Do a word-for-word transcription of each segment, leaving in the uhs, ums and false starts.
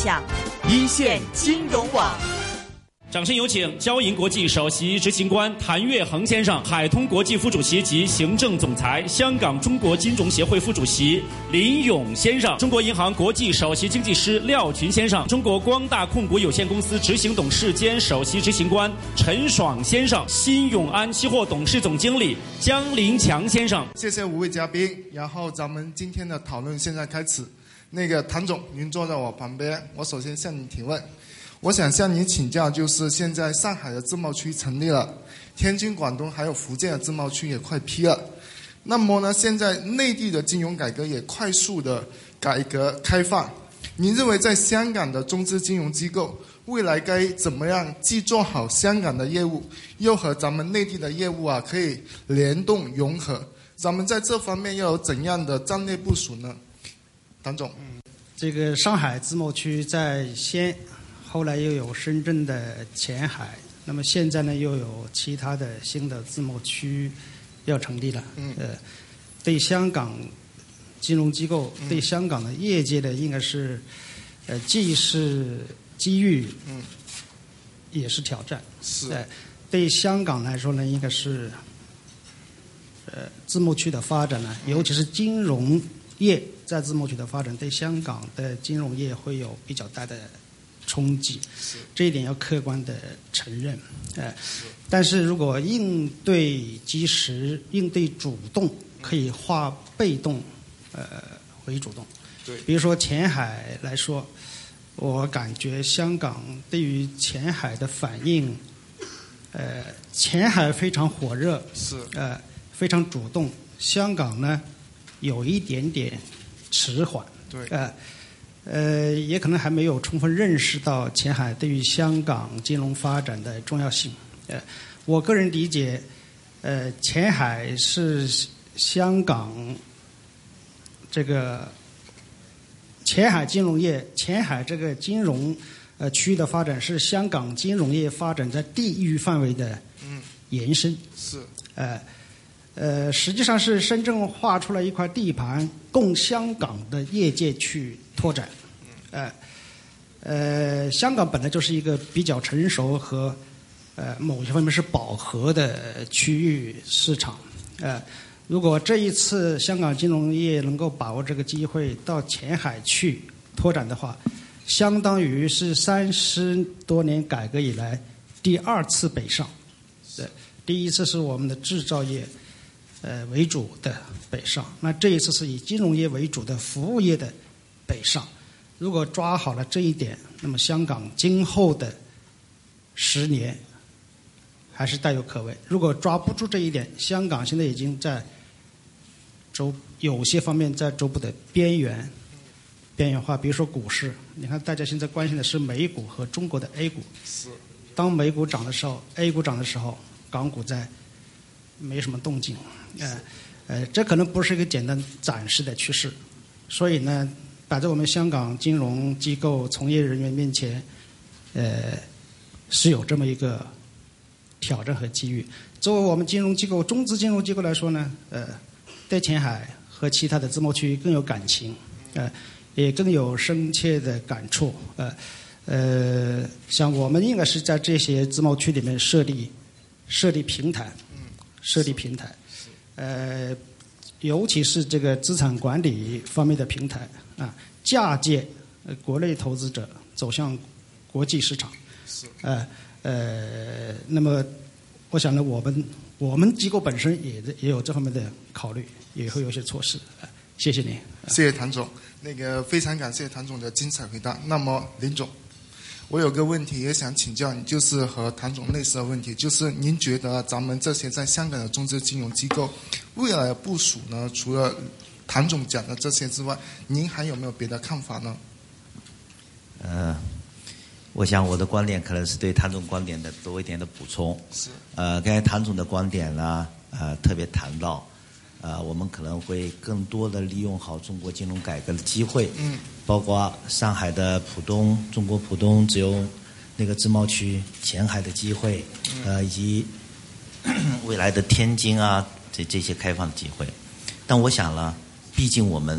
向。 一线金融网。 掌声有请交银国际首席执行官谭岳衡先生、海通国际副主席及行政总裁、香港中国金融协会副主席林勇先生、中国银行国际首席经济师廖群先生、中国光大控股有限公司执行董事兼首席执行官陈爽先生、新永安期货董事总经理江林强先生。 谢谢五位嘉宾，然后咱们今天的讨论现在开始。那个谭总，您坐在我旁边，我首先向您提问。我想向您请教，就是现在上海的自贸区成立了，天津、广东还有福建的自贸区也快批了。那么呢，现在内地的金融改革也快速的改革开放。您认为在香港的中资金融机构未来该怎么样既做好香港的业务，又和咱们内地的业务啊可以联动融合？咱们在这方面要有怎样的战略部署呢？谭总， 嗯，这个上海自贸区在先。后来又有深圳的前海，那么现在呢又有其他的新的自贸区要成立了。嗯，呃，对香港金融机构、嗯、对香港的业界呢，应该是，呃，既是机遇，嗯，也是挑战。 是。 呃，对香港来说呢，应该是，呃，自贸区的发展呢，尤其是金融业在自贸区的发展，对香港的金融业会有比较大的冲击，这一点要客观的承认，呃，但是如果应对及时、应对主动，可以化被动，呃为主动。 对， 比如说前海来说，我感觉香港对于前海的反应，呃，前海非常火热， 是， 呃，非常主动，香港呢有一点点迟缓， 对， 呃。呃，也可能还没有充分认识到前海对于香港金融发展的重要性。呃，我个人理解，呃，前海是香港这个前海金融业，前海这个金融呃区域的发展是香港金融业发展在地域范围的延伸。 嗯、是。 呃。呃，实际上是深圳划出了一块地盘，供香港的业界去拓展。呃，呃，香港本来就是一个比较成熟和呃某些方面是饱和的区域市场。呃，如果这一次香港金融业能够把握这个机会到前海去拓展的话，相当于是三十多年改革以来第二次北上。对，第一次是我们的制造业。呃，为主的北上，那这一次是以金融业为主的服务业的北上。如果抓好了这一点，那么香港今后的十年还是大有可为。如果抓不住这一点，香港现在已经在周有些方面在逐步的边缘边缘化。比如说股市，你看大家现在关心的是美股和中国的 A 股。 是。 当美股涨的时候 ，A 股涨的时候，港股在没什么动静。呃，呃，这可能不是一个简单暂时的趋势，所以呢，摆在我们香港金融机构从业人员面前，呃，是有这么一个挑战和机遇。作为我们金融机构、中资金融机构来说呢，呃，对前海和其他的自贸区更有感情，呃，也更有深切的感触。呃，呃，像我们应该是在这些自贸区里面设立设立平台，设立平台。呃，尤其是这个资产管理方面的平台啊，嫁接呃国内投资者走向国际市场。 是。 呃呃，那么我想呢，我们我们机构本身也也有这方面的考虑，也会有一些措施。呃、谢谢您。 谢谢谭总，那个非常感谢谭总的精彩回答。那么林总。我有个问题也想请教你，就是和谭总类似的问题，就是您觉得咱们这些在香港的中资金融机构未来的部署呢，除了谭总讲的这些之外，您还有没有别的看法呢？ 呃，我想我的观点可能是对谭总观点的多一点的补充。 是。 呃，刚才谭总的观点呢，呃，特别谈到，呃，我们可能会更多的利用好中国金融改革的机会。 嗯。 包括上海的浦东、中国浦东只有那个自贸区、前海的机会，呃，以及未来的天津啊，这这些开放的机会。但我想呢，毕竟我们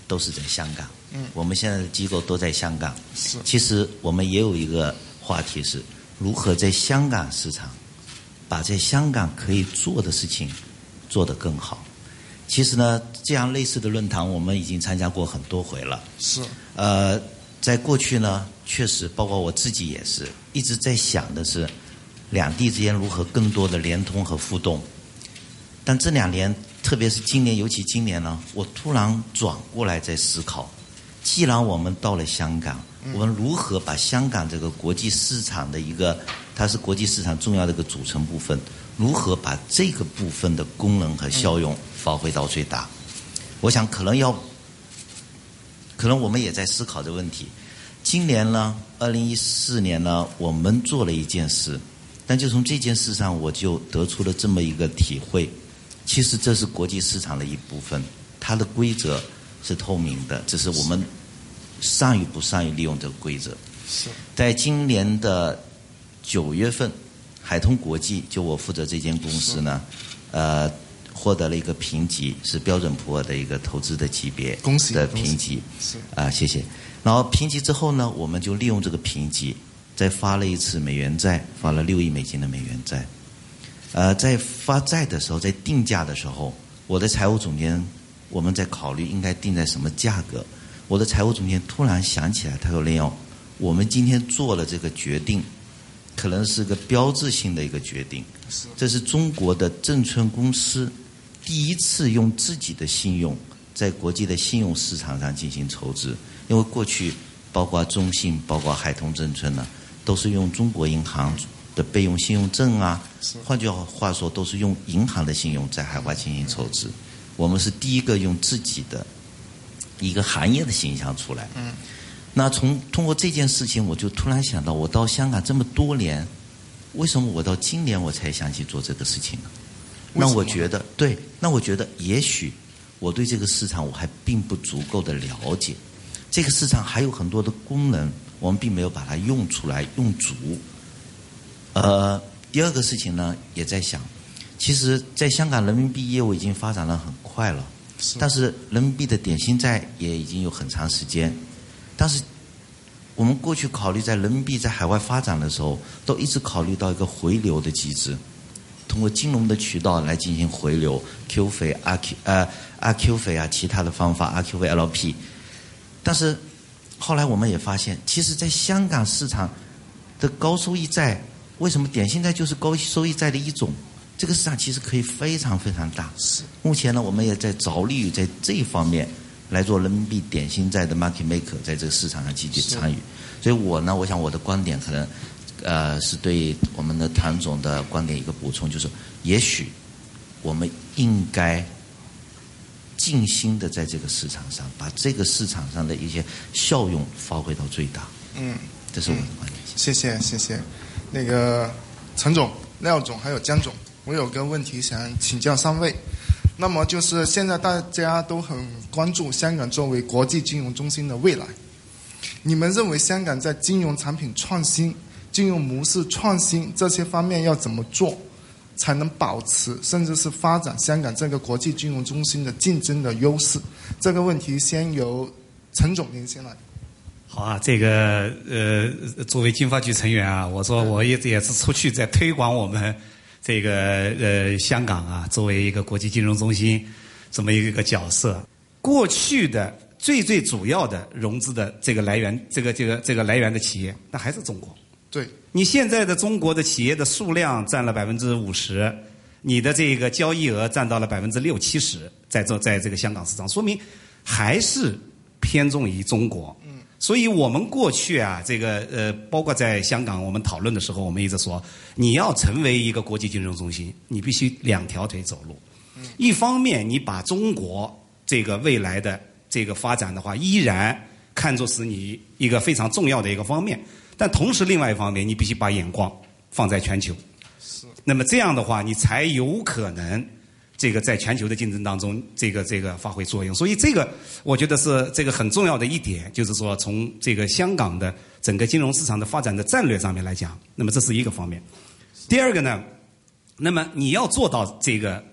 都是在香港。 嗯， 我们现在的机构都在香港。 是。 其实我们也有一个话题是，如何在香港市场，把在香港可以做的事情做得更好。其实呢，这样类似的论坛我们已经参加过很多回了。 是。 呃，在过去呢，确实包括我自己也是一直在想的是，两地之间如何更多的联通和互动。但这两年，特别是今年，尤其今年呢，我突然转过来在思考，既然我们到了香港，我们如何把香港这个国际市场的一个，它是国际市场重要的一个组成部分，如何把这个部分的功能和效用发挥到最大？我想可能要，可能我们也在思考这个问题。今年呢，二零一四年呢，我们做了一件事，但就从这件事上，我就得出了这么一个体会。其实这是国际市场的一部分，它的规则是透明的，只是我们善于不善于利用这个规则。 是。在今年的九月份，海通国际就我负责这间公司呢，呃，获得了一个评级，是标准普尔的一个投资的级别的评级。 是啊、呃，谢谢。然后评级之后呢，我们就利用这个评级，再发了一次美元债，发了六亿美金的美元债。呃，在发债的时候，在定价的时候，我的财务总监，我们在考虑应该定在什么价格。我的财务总监突然想起来，他说：“林友，我们今天做了这个决定，可能是个标志性的一个决定。这是中国的证券公司第一次用自己的信用在国际的信用市场上进行筹资，因为过去包括中信、包括海通证券呢，都是用中国银行的备用信用证啊，换句话说，都是用银行的信用在海外进行筹资。我们是第一个用自己的一个行业的形象出来。 嗯， 那从通过这件事情，我就突然想到，我到香港这么多年，为什么我到今年我才想起做这个事情呢？那我觉得，对，那我觉得也许我对这个市场我还并不足够的了解，这个市场还有很多的功能，我们并没有把它用出来用足。呃，第二个事情呢，也在想，其实在香港人民币业务已经发展得很快了，但是人民币的点心债也已经有很长时间，但是我们过去考虑在人民币在海外发展的时候，都一直考虑到一个回流的机制，通过金融的渠道来进行回流 ，Q 费、阿 Q 呃阿 Q 费啊，其他的方法，阿 Q 费、L P。但是后来我们也发现，其实在香港市场的高收益债，为什么点心债就是高收益债的一种？这个市场其实可以非常非常大。 是。 目前呢，我们也在着力于在这一方面来做人民币点心债的 market maker， 在这个市场上积极参与。所以我呢，我想我的观点可能，呃，是对我们的谭总的观点一个补充，就是也许我们应该尽心的在这个市场上，把这个市场上的一些效用发挥到最大。 嗯， 这是我的观点。 嗯、谢谢谢谢，那个陈总、廖总还有江总，我有个问题想请教三位。那么就是现在大家都很关注香港作为国际金融中心的未来，你们认为香港在金融产品创新、金融模式创新这些方面要怎么做，才能保持甚至是发展香港这个国际金融中心的竞争的优势？这个问题先由陈总您先来。 好啊，这个呃，作为经发局成员啊，我说我也也是出去在推广我们这个呃香港啊，作为一个国际金融中心这么一个角色。过去的最最主要的融资的这个来源，这个这个这个来源的企业，那还是中国。 对， 你现在的中国的企业的数量占了百分之五十，你的这个交易额占到了百分之六七十，在这在这个香港市场，说明还是偏重于中国。嗯，所以我们过去啊，这个呃，包括在香港我们讨论的时候，我们一直说，你要成为一个国际金融中心，你必须两条腿走路。嗯，一方面你把中国这个未来的这个发展的话，依然看作是你一个非常重要的一个方面。但同时，另外一方面，你必须把眼光放在全球。 是。那么这样的话，你才有可能这个在全球的竞争当中，这个这个发挥作用。所以，这个我觉得是这个很重要的一点，就是说从这个香港的整个金融市场的发展的战略上面来讲，那么这是一个方面。第二个呢，那么你要做到这个。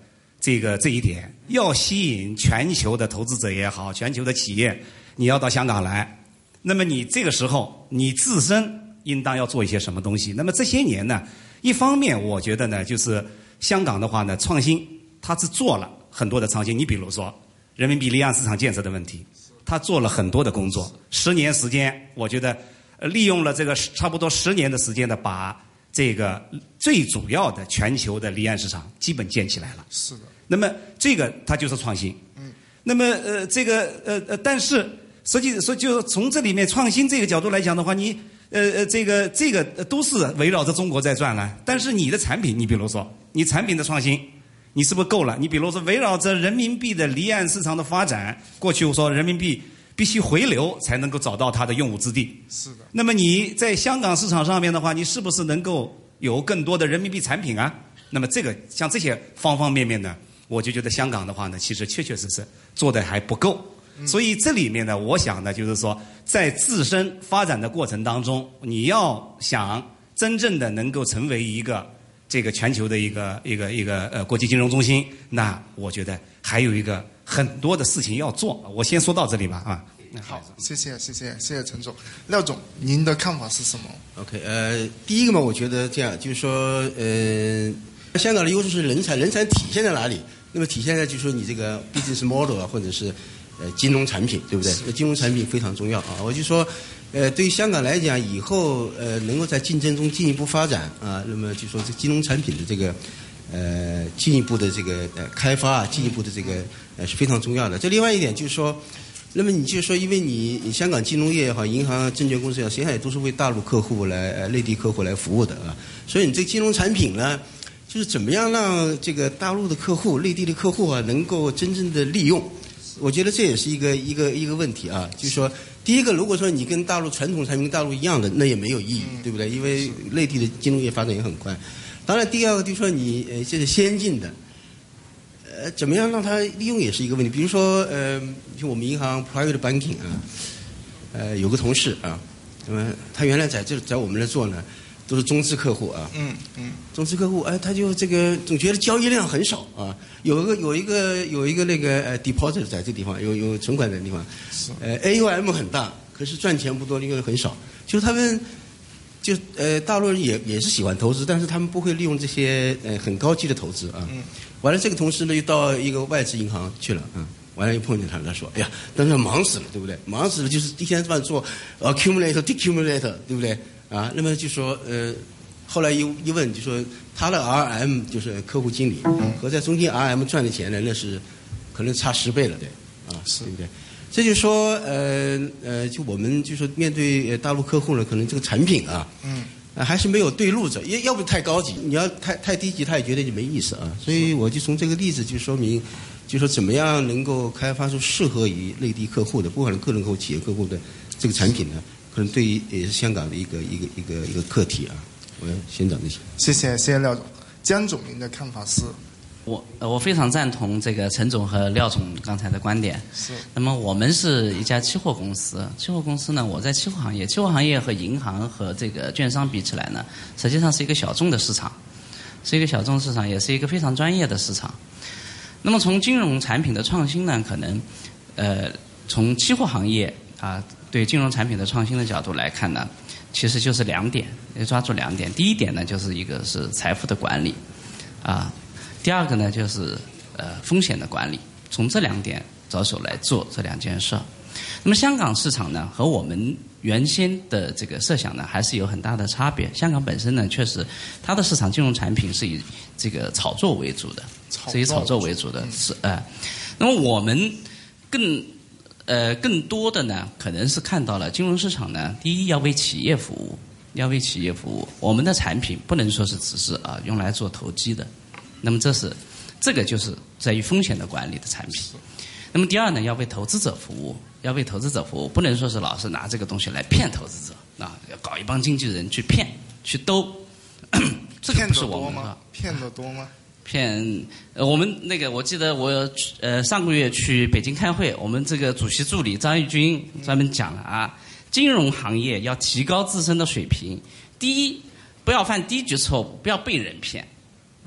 这个这一点，要吸引全球的投资者也好，全球的企业，你要到香港来，那么你这个时候你自身应当要做一些什么东西？那么这些年呢，一方面我觉得呢，就是香港的话呢，创新它是做了很多的创新。你比如说人民币离岸市场建设的问题，它做了很多的工作。十年时间，我觉得利用了这个差不多十年的时间呢，把这个最主要的全球的离岸市场基本建起来了。 是的。 那么这个它就是创新。嗯。那么呃这个呃呃，但是实际说就从这里面创新这个角度来讲的话，你呃呃这个这个都是围绕着中国在转了。但是你的产品，你比如说你产品的创新，你是不是够了？你比如说围绕着人民币的离岸市场的发展，过去我说人民币必须回流才能够找到它的用武之地。 是的。 那么你在香港市场上面的话，你是不是能够有更多的人民币产品啊？那么这个像这些方方面面呢，我就觉得香港的话呢，其实确确实实做的还不够。所以这里面呢，我想呢，就是说在自身发展的过程当中，你要想真正的能够成为一个这个全球的一个一个一个呃国际金融中心，那我觉得还有一个很多的事情要做。我先说到这里吧啊。 好，谢谢谢谢谢谢陈总。廖总，您的看法是什么 ？OK， 呃，第一个嘛，我觉得这样，就是说，呃，香港的优势是人才，人才体现在哪里？那么体现在就是说你这个 business model 啊，或者是呃金融产品，对不对？那金融产品非常重要啊。我就说，呃，对于香港来讲，以后呃能够在竞争中进一步发展啊，那么就说这金融产品的这个呃进一步的这个呃开发啊，进一步的这个呃是非常重要的。这另外一点就是说。那么你就说，因为你你香港金融业也好，银行、证券公司也好，实际上也都是为大陆客户来、呃内地客户来服务的啊。所以你这个金融产品呢，就是怎么样让这个大陆的客户、内地的客户啊，能够真正的利用？我觉得这也是一个一个一个问题啊。就是说，第一个，如果说你跟大陆传统产品跟大陆一样的，那也没有意义，对不对？因为内地的金融业发展也很快。当然，第二个就是说你呃这是先进的。呃，怎么样让它利用也是一个问题。比如说，呃，就我们银行 private banking 啊，呃，有个同事啊，那么他原来在这在我们那做呢，都是中资客户啊。嗯嗯。中资客户，哎，他就这个总觉得交易量很少啊。有一个有一个有一个那个呃 deposit 在这地方，有有存款在这地方。是。呃 ，A U M 很大，可是赚钱不多，因为很少。就是他们。就呃，大陆人也也是喜欢投资，但是他们不会利用这些呃很高级的投资啊。嗯。完了，这个同事呢又到一个外资银行去了，嗯。完了又碰见他，他说：“哎呀，但是忙死了，对不对？忙死了，就是一天到晚做 accumulator、decumulator， 对不对？啊，那么就说呃，后来一一问，就说他的 R M 就是客户经理，和在中间 R M 赚的钱呢，那是可能差十倍了，对，啊，是对不对？”这就说，呃呃，就我们就说面对大陆客户呢，可能这个产品啊，嗯，呃、还是没有对路子，要要不太高级，你要太太低级，他也觉得就没意思啊。所以我就从这个例子就说明，就说怎么样能够开发出适合于内地客户的，不管是个人客户、企业客户的这个产品呢，可能对于也是香港的一个一个一个一个课题啊。我要先讲这些。 谢谢谢谢廖总，江总您的看法是？ 我我非常赞同这个陈总和廖总刚才的观点。是。那么我们是一家期货公司，期货公司呢，我在期货行业，期货行业和银行和这个券商比起来呢，实际上是一个小众的市场，是一个小众市场，也是一个非常专业的市场。那么从金融产品的创新呢，可能呃从期货行业啊对金融产品的创新的角度来看呢，其实就是两点，要抓住两点。第一点呢，就是一个是财富的管理，啊。第二个呢，就是呃风险的管理，从这两点着手来做这两件事。那么香港市场呢，和我们原先的这个设想呢，还是有很大的差别。香港本身呢，确实它的市场金融产品是以这个炒作为主的，是以炒作为主的，是呃。那么我们更呃更多的呢，可能是看到了金融市场呢，第一要为企业服务，要为企业服务。我们的产品不能说是只是啊用来做投机的。那么这是，这个就是在于风险的管理的产品。那么第二呢，要为投资者服务，要为投资者服务，不能说是老是拿这个东西来骗投资者啊，要搞一帮经纪人去骗、去兜，这个不是我们的。 骗得多吗？ 骗，呃，我们那个我记得我呃上个月去北京开会，我们这个主席助理张玉军专门讲了啊，金融行业要提高自身的水平，第一，不要犯低级错误，不要被人骗。嗯，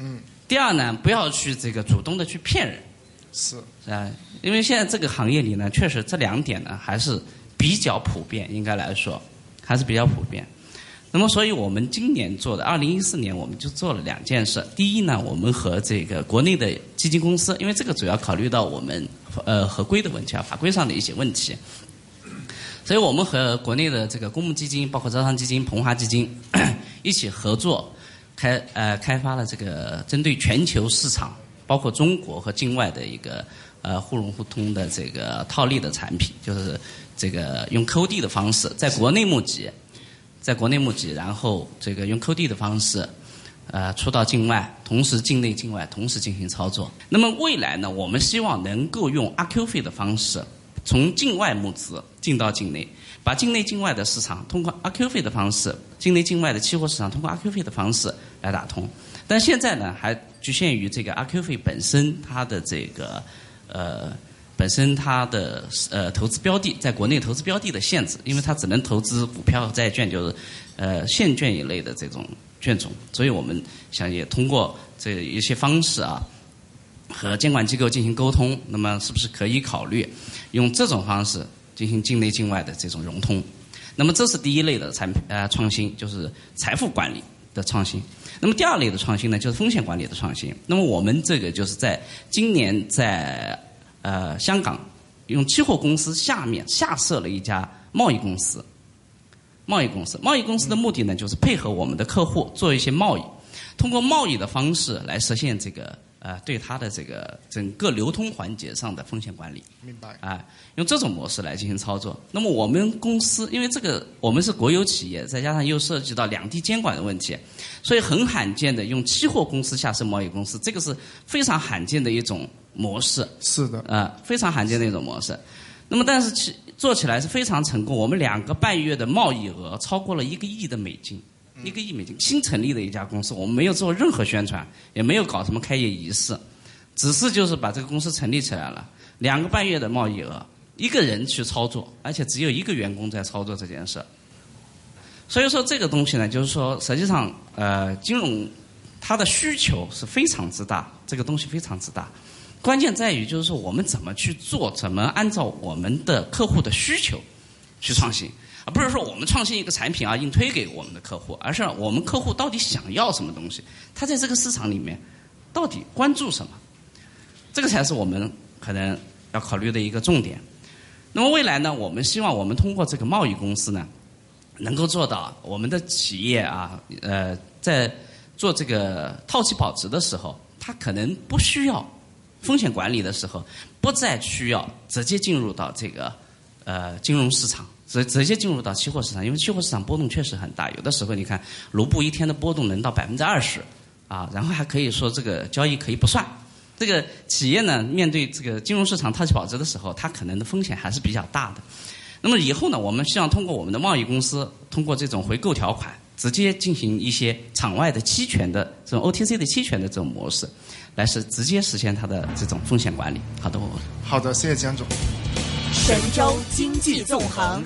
第二呢，不要去这个主动的去骗人。 是啊，因为现在这个行业里呢，确实这两点呢还是比较普遍，应该来说还是比较普遍。那么，所以我们今年做的，二零一四年我们就做了两件事。第一呢，我们和这个国内的基金公司，因为这个主要考虑到我们呃合规的问题啊，法规上的一些问题，所以我们和国内的这个公募基金，包括招商基金、鹏华基金一起合作，开呃开发了这个针对全球市场，包括中国和境外的一个呃互融互通的这个套利的产品，就是这个用 Q D 的方式，在国内募集。在国内募集，然后这个用 Q D 的方式，呃，出到境外，同时境内境外同时进行操作。那么未来呢，我们希望能够用阿 Q 费的方式，从境外募资进到境内，把境内境外的市场通过阿 Q 费的方式，境内境外的期货市场通过阿 Q 费的方式来打通。但现在呢，还局限于这个阿 Q 费本身它的这个呃。本身它的呃投资标的在国内投资标的的限制，因为它只能投资股票、债券，就是呃现券一类的这种券种，所以我们想也通过这一些方式啊，和监管机构进行沟通，那么是不是可以考虑用这种方式进行境内境外的这种融通？那么这是第一类的产品呃创新，就是财富管理的创新。那么第二类的创新呢，就是风险管理的创新。那么我们这个就是在今年在呃，香港用期货公司下面下设了一家贸易公司。贸易公司，贸易公司的目的呢，就是配合我们的客户做一些贸易，通过贸易的方式来实现这个呃对它的这个整个流通环节上的风险管理。 明白。 啊、呃，用这种模式来进行操作。那么我们公司，因为这个我们是国有企业，再加上又涉及到两地监管的问题，所以很罕见的用期货公司下设贸易公司，这个是非常罕见的一种模式。 是的。 啊、呃，非常罕见的一种模式。那么但是其做起来是非常成功，我们两个半月的贸易额超过了一个亿的美金。一个亿美金，新成立的一家公司，我们没有做任何宣传，也没有搞什么开业仪式，只是就是把这个公司成立起来了，两个半月的贸易额，一个人去操作，而且只有一个员工在操作这件事。所以说这个东西呢，就是说实际上呃，金融它的需求是非常之大，这个东西非常之大，关键在于就是说我们怎么去做，怎么按照我们的客户的需求去创新。啊，不是说我们创新一个产品啊，硬推给我们的客户，而是我们客户到底想要什么东西，他在这个市场里面到底关注什么，这个才是我们可能要考虑的一个重点。那么未来呢，我们希望我们通过这个贸易公司呢，能够做到我们的企业啊，呃，在做这个套期保值的时候，它可能不需要风险管理的时候，不再需要直接进入到这个呃金融市场。直直接进入到期货市场，因为期货市场波动确实很大，有的时候你看卢布一天的波动能到百分之二十，啊，然后还可以说这个交易可以不算。这个企业呢，面对这个金融市场套期保值的时候，它可能的风险还是比较大的。那么以后呢，我们希望通过我们的贸易公司，通过这种回购条款，直接进行一些场外的期权的这种 O T C 的期权的这种模式，来是直接实现它的这种风险管理。好的，我好的，谢谢江总。 神州经济纵横。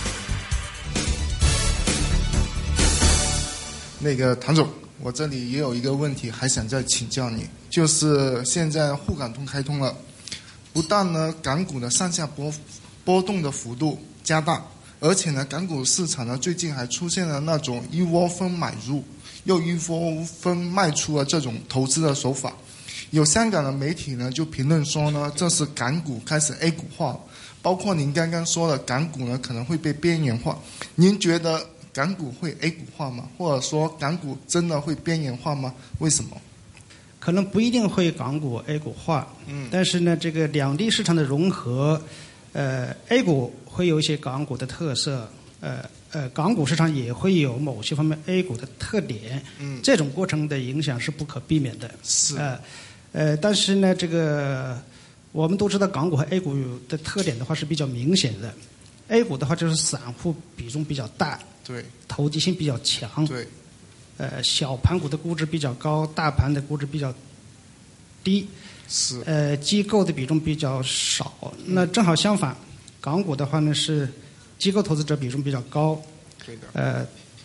那个谭总，我这里也有一个问题，还想再请教你，就是现在沪港通开通了，不但呢港股的上下波波动的幅度加大，而且呢港股市场呢最近还出现了那种一窝蜂买入又一窝蜂卖出的这种投资的手法。有香港的媒体呢就评论说呢，这是港股开始 A 股化了。包括您刚刚说的港股呢可能会被边缘化，您觉得港股会 A 股化吗？或者说港股真的会边缘化吗？为什么？ 可能不一定会港股 A 股化，嗯，但是呢，这个两地市场的融合，呃 ，A 股会有一些港股的特色，呃呃，港股市场也会有某些方面 A 股的特点，嗯，这种过程的影响是不可避免的， 是， 呃呃，但是呢，这个。我们都知道港股和 A 股的特点的话是比较明显的 ，A 股的话就是散户比重比较大， 对， 投机性比较强， 对， 呃，小盘股的估值比较高，大盘的估值比较低， 是， 呃，机构的比重比较少。那正好相反，港股的话呢是机构投资者比重比较高， 对的， 呃，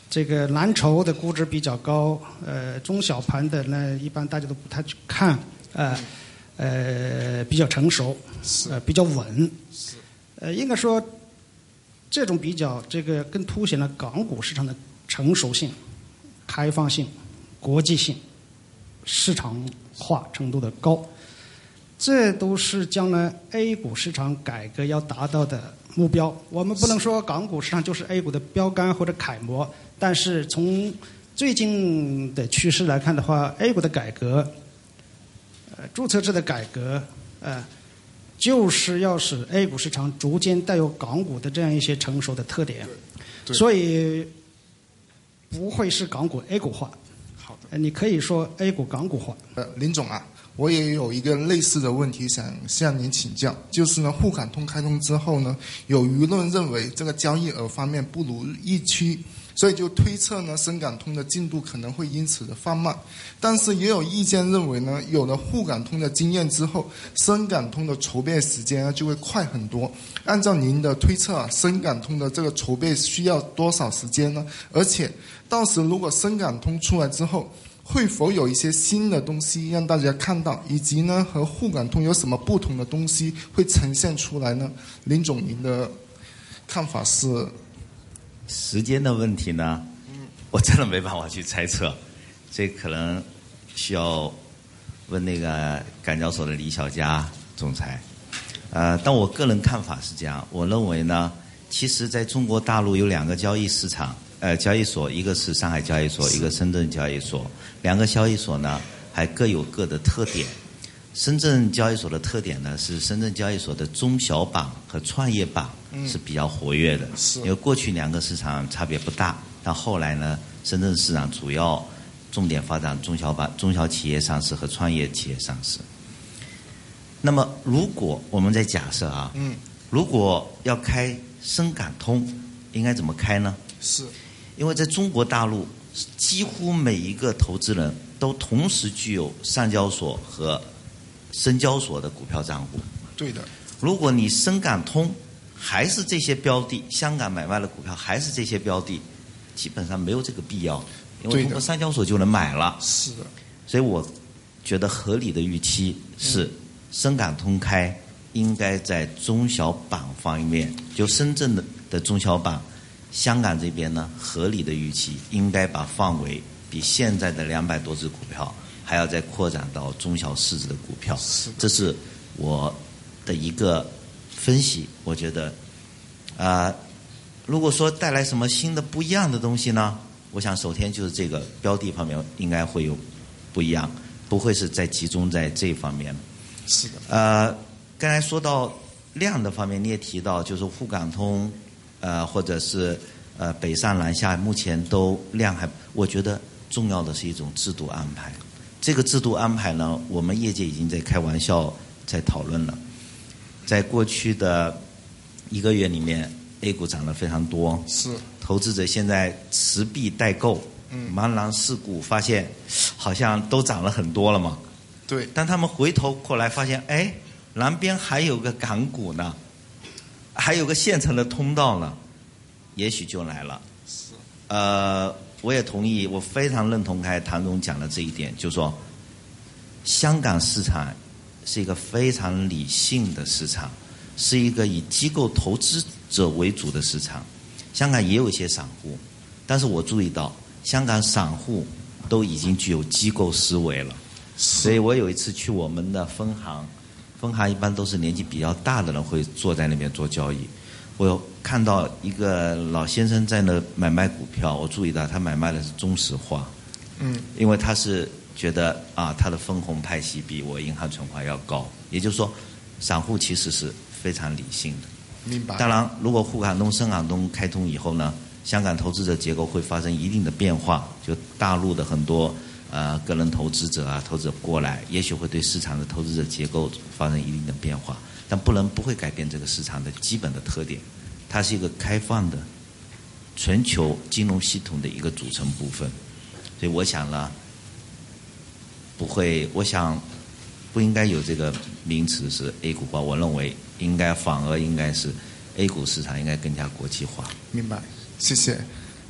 这个蓝筹的估值比较高，呃，中小盘的呢，一般大家都不太去看，呃，呃，比较成熟，呃，比较稳，呃，应该说，这种比较，这个更凸显了港股市场的成熟性、开放性、国际性、市场化程度的高，这都是将来 A 股市场改革要达到的目标。我们不能说港股市场就是 A 股的标杆或者楷模，但是从最近的趋势来看的话 ，A 股的改革，呃，注册制的改革，呃，就是要使 A 股市场逐渐带有港股的这样一些成熟的特点，所以不会是港股 A 股化。 好的， 呃，你可以说 A 股港股化。 呃，林总啊。我也有一个类似的问题想向您请教，就是呢，沪港通开通之后呢，有舆论认为这个交易额方面不如预期，所以就推测呢，深港通的进度可能会因此的放慢。但是也有意见认为呢，有了沪港通的经验之后，深港通的筹备时间呢就会快很多。按照您的推测啊，深港通的这个筹备需要多少时间呢？而且到时如果深港通出来之后，会否有一些新的东西让大家看到，以及呢和沪港通有什么不同的东西会呈现出来呢？林总，您的看法是？ 时间的问题呢，我真的没办法去猜测，这可能需要问那个港交所的李小加总裁。呃，但我个人看法是这样，我认为呢，其实在中国大陆有两个交易市场。呃，交易所，一个是上海交易所，一个深圳交易所，两个交易所呢还各有各的特点。深圳交易所的特点呢是深圳交易所的中小板和创业板是比较活跃的，因为过去两个市场差别不大，但后来呢，深圳市场主要重点发展中小板、中小企业上市和创业企业上市。那么，如果我们在假设啊，嗯，如果要开深港通，应该怎么开呢？ 是。 因为在中国大陆，几乎每一个投资人都同时具有上交所和深交所的股票账户。 对的。 如果你深港通还是这些标的，香港买卖的股票还是这些标的，基本上没有这个必要，因为通过上交所就能买了。 是的。 所以我觉得合理的预期是，深港通开应该在中小板方面，就深圳的的中小板。香港这边呢，合理的预期应该把范围比现在的两百多只股票还要再扩展到中小市值的股票，这是我的一个分析。我觉得，啊、呃，如果说带来什么新的不一样的东西呢？我想首先就是这个标的方面应该会有不一样，不会是再集中在这方面。 是的。 呃，刚才说到量的方面，你也提到就是沪港通。呃，或者是呃北上南下，目前都量还，我觉得重要的是一种制度安排。这个制度安排呢，我们业界已经在开玩笑在讨论了。在过去的一个月里面 ，A 股涨得非常多， 是投资者现在持币待购，嗯，茫然四顾，发现好像都涨了很多了嘛。 对。 但他们回头过来发现，哎，南边还有个港股呢。还有个现成的通道呢，也许就来了。 是。 呃，我也同意，我非常认同刚才谭总讲的这一点，就是说，香港市场是一个非常理性的市场，是一个以机构投资者为主的市场。香港也有一些散户，但是我注意到，香港散户都已经具有机构思维了。所以我有一次去我们的分行。分行一般都是年纪比较大的人会坐在那边做交易。我有看到一个老先生在那买卖股票，我注意到他买卖的是中石化，嗯，因为他是觉得啊，他的分红派息比我银行存款要高，也就是说，散户其实是非常理性的。 明白。 当然，如果沪港通、深港通开通以后呢，香港投资者结构会发生一定的变化，就大陆的很多。呃，个人投资者啊，投资者过来，也许会对市场的投资者结构发生一定的变化，但不能不会改变这个市场的基本的特点。它是一个开放的全球金融系统的一个组成部分，所以我想呢，不会，我想不应该有这个名词是 A 股化，我认为应该反而应该是 A 股市场应该更加国际化。 明白，谢谢。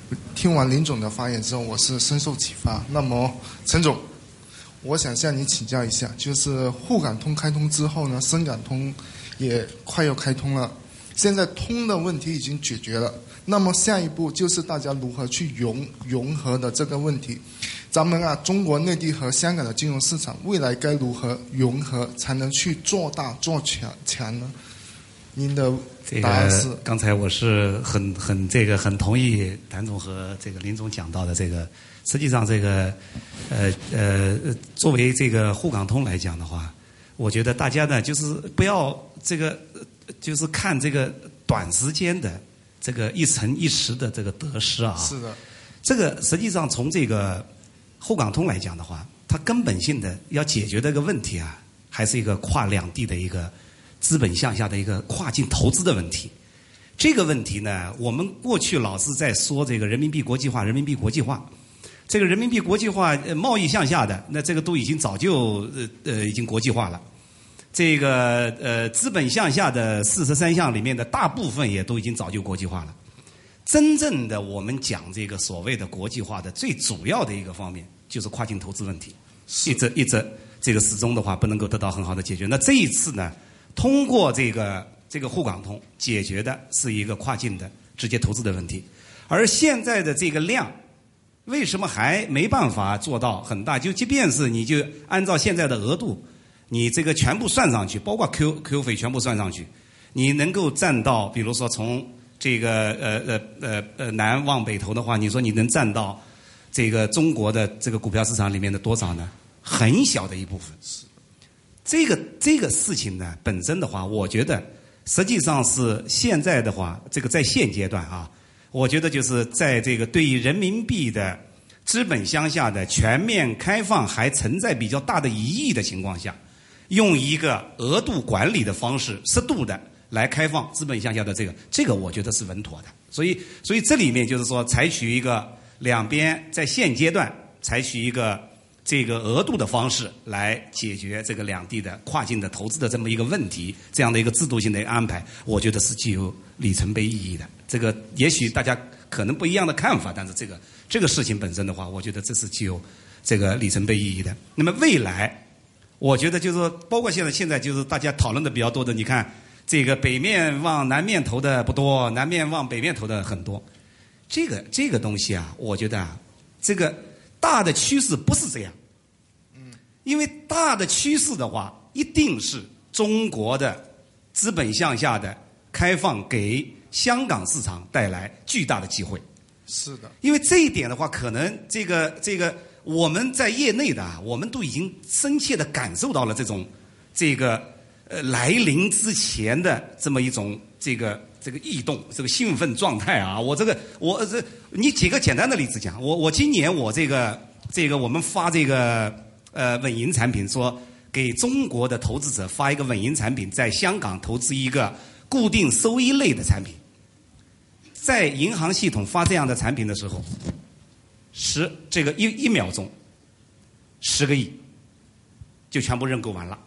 听完林总的发言之后，我是深受启发。那么陈总，我想向你请教一下，就是沪港通开通之后呢，深港通也快要开通了，现在通的问题已经解决了，那么下一步就是大家如何去融融合的这个问题。咱们啊，中国内地和香港的金融市场未来该如何融合，才能去做大做强强呢？您的答案是？ 这个刚才我是很很这个很同意谭总和这个林总讲到的这个，实际上这个呃呃作为这个沪港通来讲的话，我觉得大家呢就是不要这个就是看这个短时间的这个一城一时的这个得失啊。 是的。 这个实际上从这个沪港通来讲的话，它根本性的要解决的一个问题啊，还是一个跨两地的一个资本向下的一个跨境投资的问题。这个问题呢，我们过去老是在说这个人民币国际化，人民币国际化。这个人民币国际化，呃、贸易向下的，那这个都已经早就呃呃已经国际化了。这个呃资本向下的四十三项里面的大部分也都已经早就国际化了。真正的我们讲这个所谓的国际化的最主要的一个方面，就是跨境投资问题，一直一直这个始终的话不能够得到很好的解决。那这一次呢，通过这个这个沪港通解决的是一个跨境的直接投资的问题，而现在的这个量为什么还没办法做到很大？就即便是你就按照现在的额度，你这个全部算上去，包括 Q Q 费全部算上去，你能够占到，比如说从这个呃呃呃呃南往北投的话，你说你能占到这个中国的这个股票市场里面的多少呢？很小的一部分。这个这个事情呢，本身的话，我觉得实际上是现在的话，这个在现阶段啊，我觉得就是在这个对于人民币的资本向下的全面开放还存在比较大的疑义的情况下，用一个额度管理的方式，适度的来开放资本向下的这个，这个我觉得是稳妥的。所以，所以这里面就是说，采取一个两边在现阶段采取一个这个额度的方式来解决这个两地的跨境的投资的这么一个问题，这样的一个制度性的安排，我觉得是具有里程碑意义的。这个也许大家可能不一样的看法，但是这个这个事情本身的话，我觉得这是具有这个里程碑意义的。那么未来，我觉得就是说，包括现在现在就是大家讨论的比较多的，你看。这个北面往南面投的不多，南面往北面投的很多。这个这个东西啊，我觉得啊，这个大的趋势不是这样。嗯，因为大的趋势的话，一定是中国的资本向下的开放给香港市场带来巨大的机会。 是的。因为这一点的话，可能这个这个我们在业内的啊，我们都已经深切的感受到了这种这个。呃，来临之前的这么一种这个这个异动，这个兴奋状态啊，我这个我这你举个简单的例子讲，我我今年我这个这个我们发这个呃稳银产品，说给中国的投资者发一个稳银产品，在香港投资一个固定收益类的产品，在银行系统发这样的产品的时候，十这个一一秒钟，十个亿就全部认购完了。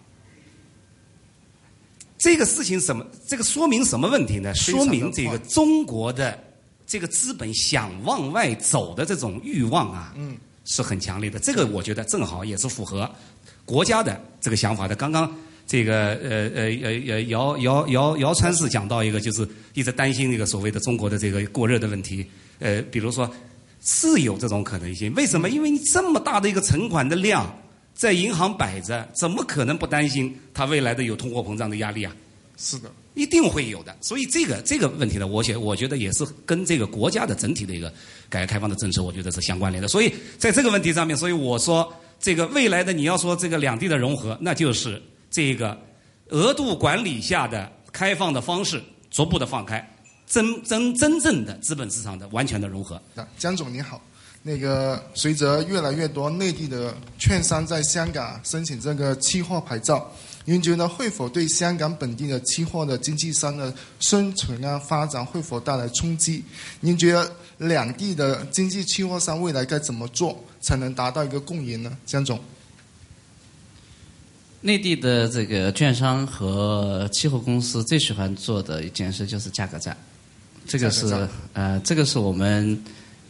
这个事情什么？这个说明什么问题呢？说明这个中国的这个资本想往外走的这种欲望啊，嗯，是很强烈的。这个我觉得正好也是符合国家的这个想法的。刚刚这个呃呃呃呃姚姚姚姚川是讲到一个，就是一直担心那个所谓的中国的这个过热的问题。呃，比如说是有这种可能性。为什么？因为你这么大的一个存款的量。在银行摆着，怎么可能不担心它未来的有通货膨胀的压力啊？ 是的， 一定会有的。所以这个这个问题呢，我觉我觉得也是跟这个国家的整体的一个改革开放的政策，我觉得是相关联的。所以在这个问题上面，所以我说这个未来的你要说这个两地的融合，那就是这个额度管理下的开放的方式逐步的放开，真真真正的资本市场的完全的融合。 江总你好。那个随着越来越多内地的券商在香港申请这个期货牌照，您觉得会否对香港本地的期货的经纪商的生存啊发展会否带来冲击？您觉得两地的经纪期货商未来该怎么做才能达到一个共赢呢？江总。 内地的这个券商和期货公司最喜欢做的一件事就是价格战，这个是呃，这个是我们。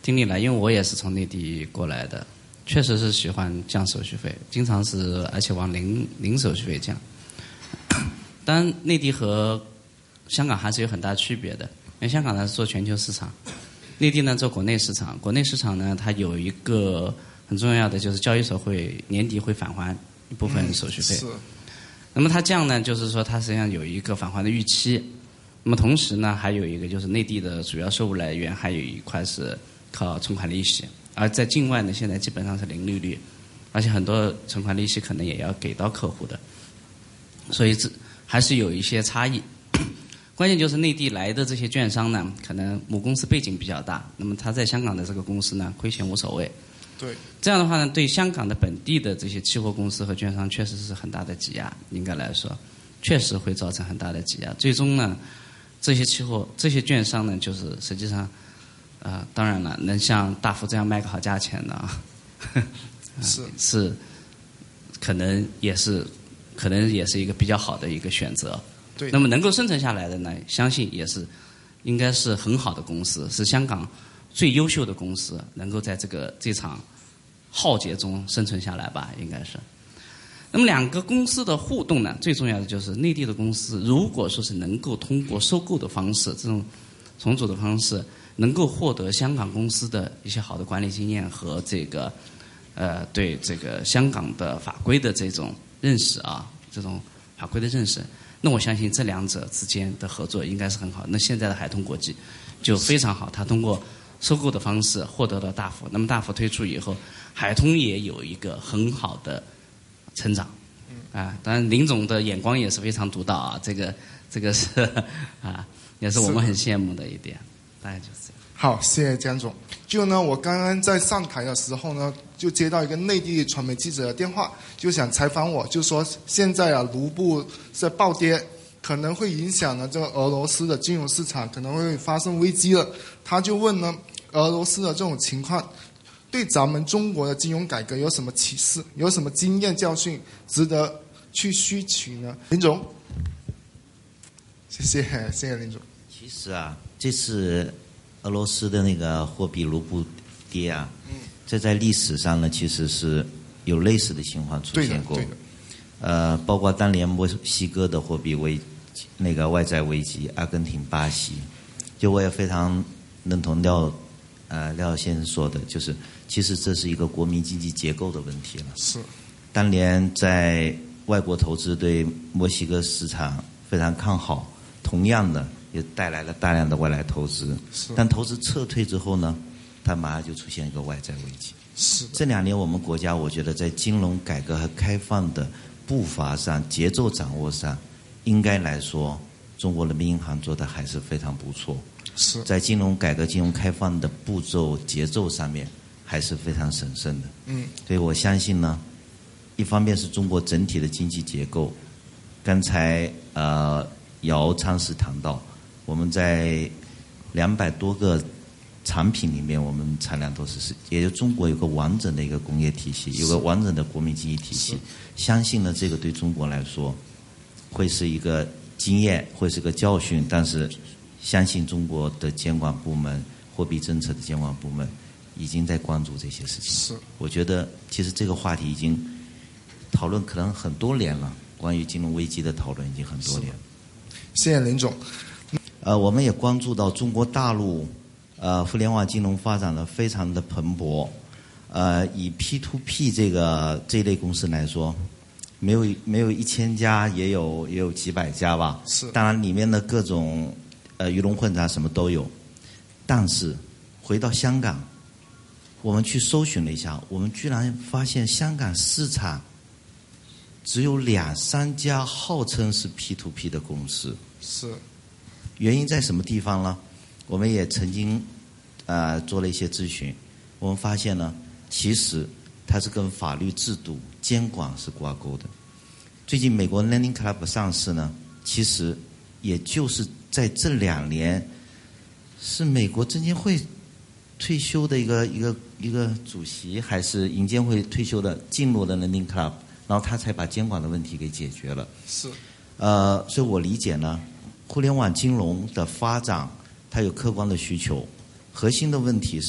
经历了，因为我也是从内地过来的，确实是喜欢降手续费，经常是而且往零零手续费降。当然，内地和香港还是有很大区别的，因为香港呢是做全球市场，内地呢做国内市场。国内市场呢，它有一个很重要的就是交易所会年底会返还一部分手续费。 嗯、是。 那么它这样呢，就是说它实际上有一个返还的预期。那么同时呢，还有一个就是内地的主要收入来源还有一块是靠存款利息，而在境外呢，现在基本上是零利率，而且很多存款利息可能也要给到客户的，所以这还是有一些差异。关键就是内地来的这些券商呢，可能母公司背景比较大，那么他在香港的这个公司呢，亏钱无所谓。 对。 这样的话呢，对香港的本地的这些期货公司和券商确实是很大的挤压，应该来说，确实会造成很大的挤压。最终呢，这些期货、这些券商呢，就是实际上，啊、呃，当然了，能像大幅这样卖个好价钱的啊， 是是，可能也是，可能也是一个比较好的一个选择。 对。 那么能够生存下来的呢，相信也是，应该是很好的公司，是香港最优秀的公司，能够在这个这场浩劫中生存下来吧，应该是。那么两个公司的互动呢，最重要的就是内地的公司，如果说是能够通过收购的方式，这种重组的方式，能够获得香港公司的一些好的管理经验和这个呃对这个香港的法规的这种认识啊，这种法规的认识，那我相信这两者之间的合作应该是很好。那现在的海通国际就非常好，它通过收购的方式获得了大幅，那么大幅推出以后，海通也有一个很好的成长，啊，当然林总的眼光也是非常独到啊，这个这个是啊，也是我们很羡慕的一点，大概就是这样。 好，谢谢江总。就呢，我刚刚在上台的时候呢，就接到一个内地传媒记者的电话，就想采访我，就说现在啊卢布在暴跌，可能会影响呢这个俄罗斯的金融市场，可能会发生危机了。他就问呢，俄罗斯的这种情况对咱们中国的金融改革有什么启示？有什么经验教训值得去吸取呢？林总，谢谢，谢谢林总。 其实啊，这次俄罗斯的那个货币卢布跌啊，嗯，这在历史上呢，其实是有类似的情况出现过。对的，对的。呃，包括当年墨西哥的货币危那个外债危机，阿根廷、巴西，就我也非常认同廖呃廖先生说的，就是其实这是一个国民经济结构的问题了。 是。 当年在外国投资对墨西哥市场非常看好，同样的也带来了大量的外来投资。 是。 但投资撤退之后呢，它马上就出现一个外债危机。 是。 这两年我们国家，我觉得在金融改革和开放的步伐上、节奏掌握上，应该来说，中国人民银行做的还是非常不错。 是。 在金融改革、金融开放的步骤、节奏上面，还是非常审慎的。 嗯。 所以我相信呢，一方面是中国整体的经济结构，刚才呃姚昌时谈到，我们在两百多个产品里面，我们产量都是，也就中国有个完整的一个工业体系，有个完整的国民经济体系。相信呢，这个对中国来说会是一个经验，会是个教训。但是，相信中国的监管部门、货币政策的监管部门已经在关注这些事情。 是， 我觉得其实这个话题已经讨论可能很多年了，关于金融危机的讨论已经很多年了。 谢谢林总。 呃，我们也关注到中国大陆。呃，互联网金融发展的非常的蓬勃，呃，以 P to P 这个这一类公司来说，没有没有一千家，也有也有几百家吧。 是。 当然，里面的各种呃鱼龙混杂，什么都有。但是回到香港，我们去搜寻了一下，我们居然发现香港市场只有两三家号称是 P to P 的公司。 是。 原因在什么地方呢？我们也曾经呃做了一些咨询，我们发现呢，其实它是跟法律制度监管是挂钩的。最近美国 Lending Club 上市呢，其实也就是在这两年，是美国证监会退休的一个一个一个主席，还是银监会退休的进入了 Lending Club， 然后他才把监管的问题给解决了。 是。 呃，所以我理解呢，互联网金融的发展，它有客观的需求，核心的问题是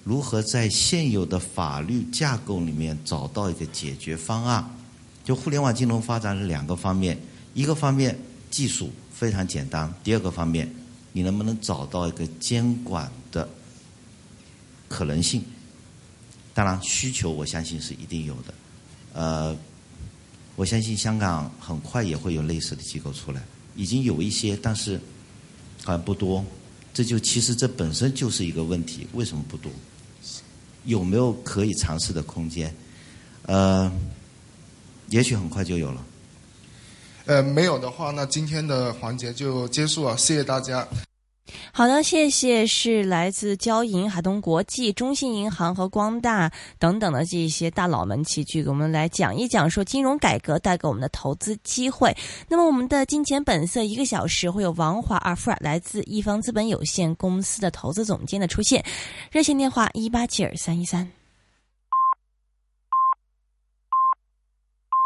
如何在现有的法律架构里面找到一个解决方案。就互联网金融发展是两个方面，一个方面技术非常简单，第二个方面你能不能找到一个监管的可能性。当然需求我相信是一定有的，呃，我相信香港很快也会有类似的机构出来，已经有一些，但是好像不多。这就其实这本身就是一个问题，为什么不多？有没有可以尝试的空间？呃，也许很快就有了。 呃，没有的话，那今天的环节就结束了，谢谢大家。 好的，谢谢，是来自交银、海通国际、中信银行和光大等等的这些大佬们齐聚，给我们来讲一讲说金融改革带给我们的投资机会。那么我们的金钱本色一个小时会有王华阿富尔来自一方资本有限公司的投资总监的出现，热线电话一八七二三一三。